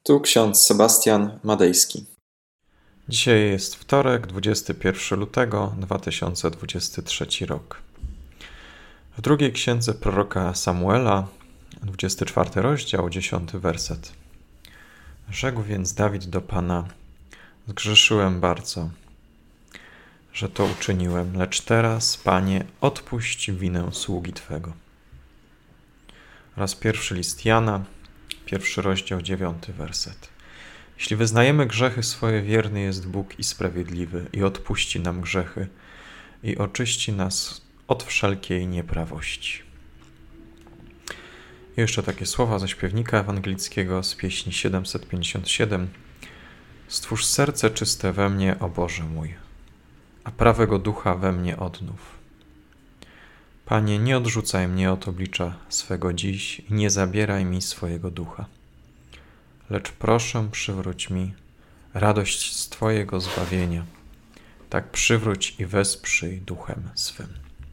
Tu ksiądz Sebastian Madejski. Dzisiaj jest wtorek, 21 lutego 2023 rok. W drugiej księdze proroka Samuela, 24 rozdział, 10 werset. Rzekł więc Dawid do Pana: zgrzeszyłem bardzo, że to uczyniłem, lecz teraz, Panie, odpuść winę sługi Twego. Oraz pierwszy list Jana, 1 rozdział, 9 werset. Jeśli wyznajemy grzechy swoje, wierny jest Bóg i sprawiedliwy i odpuści nam grzechy i oczyści nas od wszelkiej nieprawości. I jeszcze takie słowa ze śpiewnika ewangelickiego z pieśni 757. Stwórz serce czyste we mnie, o Boże mój, a prawego ducha we mnie odnów. Panie, nie odrzucaj mnie od oblicza swego dziś i nie zabieraj mi swojego ducha. Lecz proszę, przywróć mi radość z Twojego zbawienia. Tak przywróć i wesprzyj duchem swym.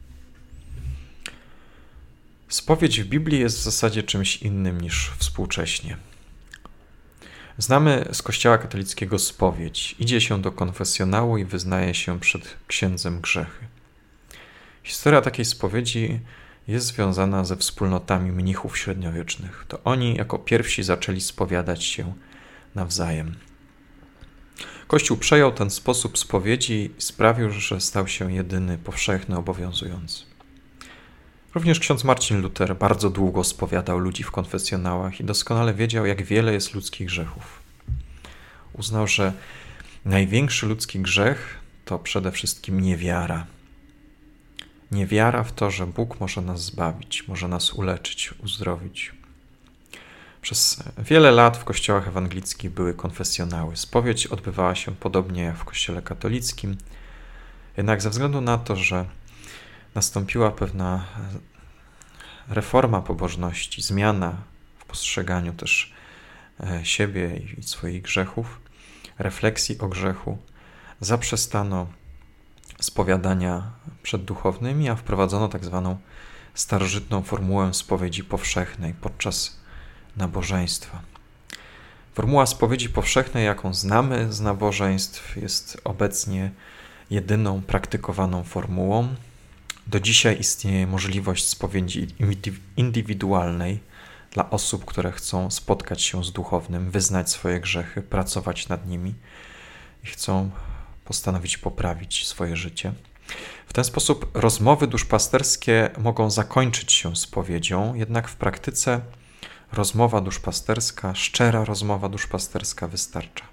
Spowiedź w Biblii jest w zasadzie czymś innym niż współcześnie. Znamy z Kościoła katolickiego spowiedź. Idzie się do konfesjonału i wyznaje się przed księdzem grzechy. Historia takiej spowiedzi jest związana ze wspólnotami mnichów średniowiecznych. To oni jako pierwsi zaczęli spowiadać się nawzajem. Kościół przejął ten sposób spowiedzi i sprawił, że stał się jedyny, powszechny, obowiązujący. Również ksiądz Marcin Luter bardzo długo spowiadał ludzi w konfesjonałach i doskonale wiedział, jak wiele jest ludzkich grzechów. Uznał, że największy ludzki grzech to przede wszystkim niewiara. Niewiara w to, że Bóg może nas zbawić, może nas uleczyć, uzdrowić. Przez wiele lat w kościołach ewangelickich były konfesjonały. Spowiedź odbywała się podobnie jak w kościele katolickim. Jednak ze względu na to, że nastąpiła pewna reforma pobożności, zmiana w postrzeganiu też siebie i swoich grzechów, refleksji o grzechu, zaprzestano spowiadania przed duchownymi, a wprowadzono tak zwaną starożytną formułę spowiedzi powszechnej podczas nabożeństwa. Formuła spowiedzi powszechnej, jaką znamy z nabożeństw, jest obecnie jedyną praktykowaną formułą. Do dzisiaj istnieje możliwość spowiedzi indywidualnej dla osób, które chcą spotkać się z duchownym, wyznać swoje grzechy, pracować nad nimi i chcą postanowić poprawić swoje życie. W ten sposób rozmowy duszpasterskie mogą zakończyć się spowiedzią, jednak w praktyce rozmowa duszpasterska, szczera rozmowa duszpasterska wystarcza.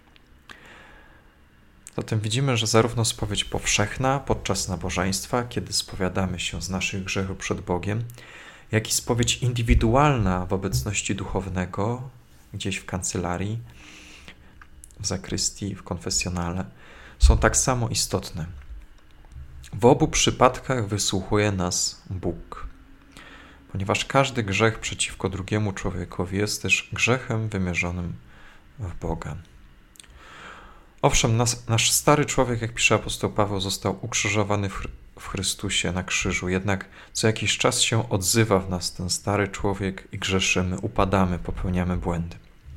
Zatem widzimy, że zarówno spowiedź powszechna podczas nabożeństwa, kiedy spowiadamy się z naszych grzechów przed Bogiem, jak i spowiedź indywidualna w obecności duchownego, gdzieś w kancelarii, w zakrystii, w konfesjonale, są tak samo istotne. W obu przypadkach wysłuchuje nas Bóg, ponieważ każdy grzech przeciwko drugiemu człowiekowi jest też grzechem wymierzonym w Boga. Owszem, nasz stary człowiek, jak pisze apostoł Paweł, został ukrzyżowany w Chrystusie na krzyżu, jednak co jakiś czas się odzywa w nas ten stary człowiek i grzeszymy, upadamy, popełniamy błędy.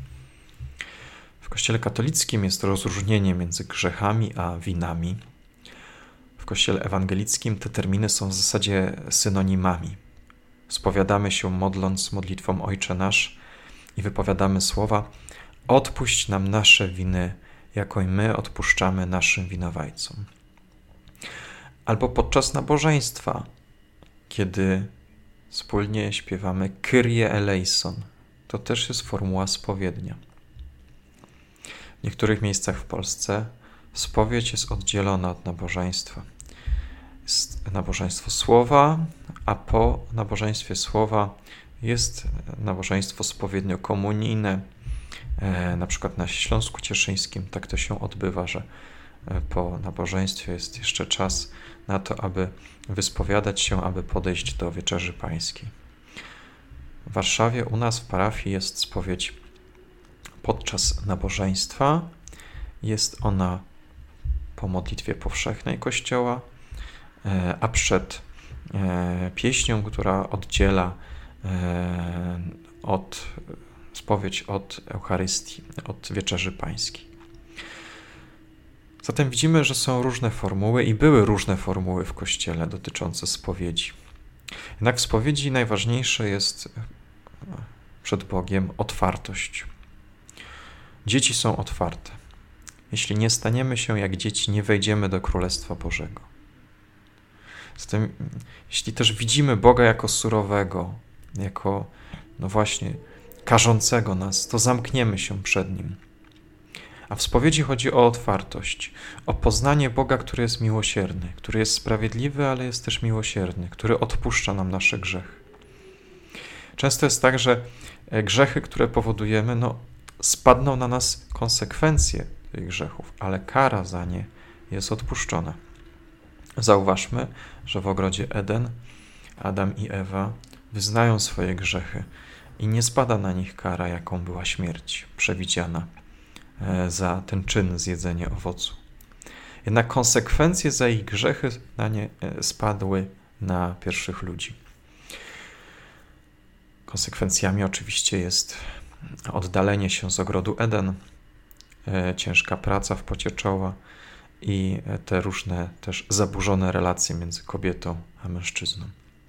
W Kościele katolickim jest rozróżnienie między grzechami a winami. W Kościele ewangelickim te terminy są w zasadzie synonimami. Spowiadamy się modląc modlitwą Ojcze Nasz i wypowiadamy słowa: odpuść nam nasze winy, jako i my odpuszczamy naszym winowajcom. Albo podczas nabożeństwa, kiedy wspólnie śpiewamy Kyrie eleison, to też jest formuła spowiednia. W niektórych miejscach w Polsce spowiedź jest oddzielona od nabożeństwa. Jest nabożeństwo słowa, a po nabożeństwie słowa jest nabożeństwo spowiednio-komunijne. Na przykład na Śląsku Cieszyńskim tak to się odbywa, że po nabożeństwie jest jeszcze czas na to, aby wyspowiadać się, aby podejść do Wieczerzy Pańskiej. W Warszawie u nas w parafii jest spowiedź podczas nabożeństwa. Jest ona po modlitwie powszechnej Kościoła, a przed pieśnią, która oddziela od spowiedź od Eucharystii, od Wieczerzy Pańskiej. Zatem widzimy, że są różne formuły i były różne formuły w Kościele dotyczące spowiedzi. Jednak w spowiedzi najważniejsze jest przed Bogiem otwartość. Dzieci są otwarte. Jeśli nie staniemy się jak dzieci, nie wejdziemy do Królestwa Bożego. Zatem, jeśli też widzimy Boga jako surowego, jako, właśnie, karzącego nas, to zamkniemy się przed Nim. A w spowiedzi chodzi o otwartość, o poznanie Boga, który jest miłosierny, który jest sprawiedliwy, ale jest też miłosierny, który odpuszcza nam nasze grzechy. Często jest tak, że grzechy, które powodujemy, spadną na nas konsekwencje tych grzechów, ale kara za nie jest odpuszczona. Zauważmy, że w ogrodzie Eden Adam i Ewa wyznają swoje grzechy i nie spada na nich kara, jaką była śmierć przewidziana za ten czyn zjedzenia owocu. Jednak konsekwencje za ich grzechy spadły na pierwszych ludzi. Konsekwencjami oczywiście jest oddalenie się z ogrodu Eden, ciężka praca w pocie czoła i te różne też zaburzone relacje między kobietą a mężczyzną.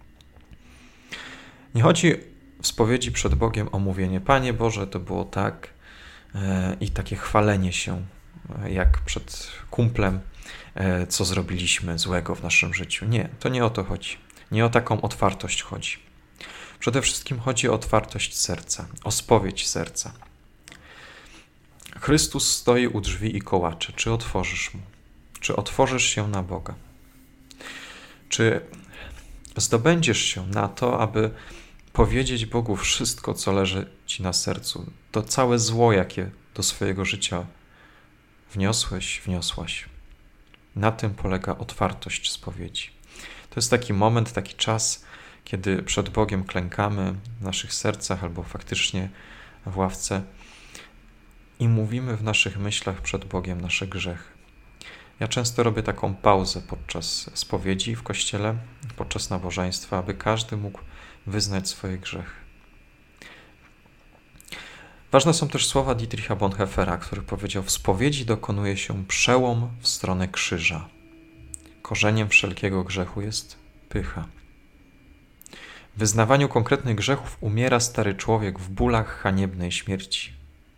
Nie chodzi w spowiedzi przed Bogiem o mówienie: Panie Boże, to było tak, i takie chwalenie się, jak przed kumplem, co zrobiliśmy złego w naszym życiu. Nie, to nie o to chodzi. Nie o taką otwartość chodzi. Przede wszystkim chodzi o otwartość serca, o spowiedź serca. Chrystus stoi u drzwi i kołacze. Czy otworzysz Mu? Czy otworzysz się na Boga? Czy zdobędziesz się na to, aby powiedzieć Bogu wszystko, co leży Ci na sercu, to całe zło, jakie do swojego życia wniosłaś. Na tym polega otwartość spowiedzi. To jest taki moment, taki czas, kiedy przed Bogiem klękamy w naszych sercach albo faktycznie w ławce i mówimy w naszych myślach przed Bogiem nasze grzechy. Ja często robię taką pauzę podczas spowiedzi w kościele, podczas nabożeństwa, aby każdy mógł wyznać swoje grzechy. Ważne są też słowa Dietricha Bonhoeffera, który powiedział: w spowiedzi dokonuje się przełom w stronę krzyża. Korzeniem wszelkiego grzechu jest pycha. W wyznawaniu konkretnych grzechów umiera stary człowiek w bólach haniebnej śmierci.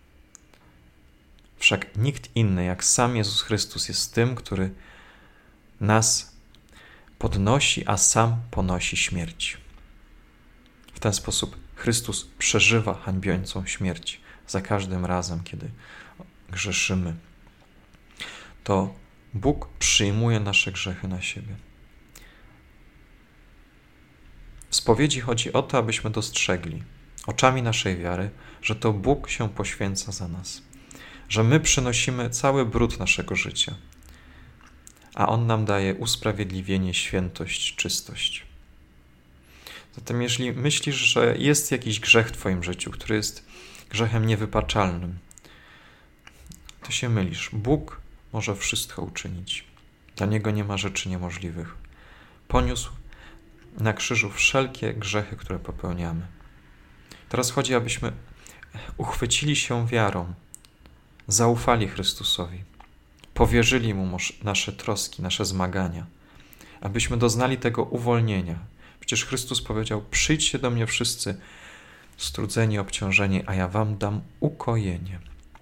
Wszak nikt inny jak sam Jezus Chrystus jest tym, który nas podnosi, a sam ponosi śmierć. W ten sposób Chrystus przeżywa hańbiącą śmierć za każdym razem, kiedy grzeszymy. To Bóg przyjmuje nasze grzechy na siebie. W spowiedzi chodzi o to, abyśmy dostrzegli oczami naszej wiary, że to Bóg się poświęca za nas, że my przynosimy cały brud naszego życia, a On nam daje usprawiedliwienie, świętość, czystość. Zatem jeśli myślisz, że jest jakiś grzech w Twoim życiu, który jest grzechem niewybaczalnym, to się mylisz. Bóg może wszystko uczynić. Dla Niego nie ma rzeczy niemożliwych. Poniósł na krzyżu wszelkie grzechy, które popełniamy. Teraz chodzi, abyśmy uchwycili się wiarą, zaufali Chrystusowi, powierzyli Mu nasze troski, nasze zmagania, abyśmy doznali tego uwolnienia. Przecież Chrystus powiedział: przyjdźcie do mnie wszyscy strudzeni, obciążeni, a ja wam dam ukojenie.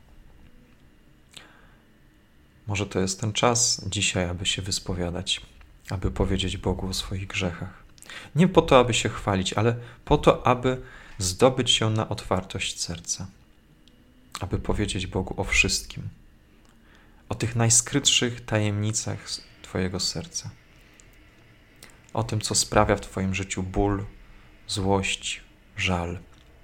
Może to jest ten czas dzisiaj, aby się wyspowiadać, aby powiedzieć Bogu o swoich grzechach. Nie po to, aby się chwalić, ale po to, aby zdobyć się na otwartość serca. Aby powiedzieć Bogu o wszystkim. O tych najskrytszych tajemnicach Twojego serca. O tym, co sprawia w Twoim życiu ból, złość, żal.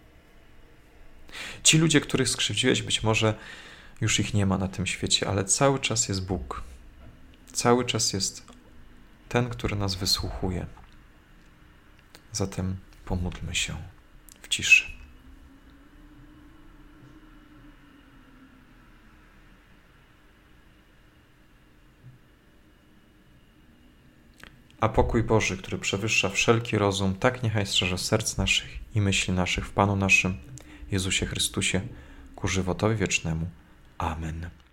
Ci ludzie, których skrzywdziłeś, być może już ich nie ma na tym świecie, ale cały czas jest Bóg. Cały czas jest ten, który nas wysłuchuje. Zatem pomódlmy się w ciszy. A pokój Boży, który przewyższa wszelki rozum, tak niechaj strzeże serc naszych i myśli naszych w Panu naszym Jezusie Chrystusie, ku żywotowi wiecznemu. Amen.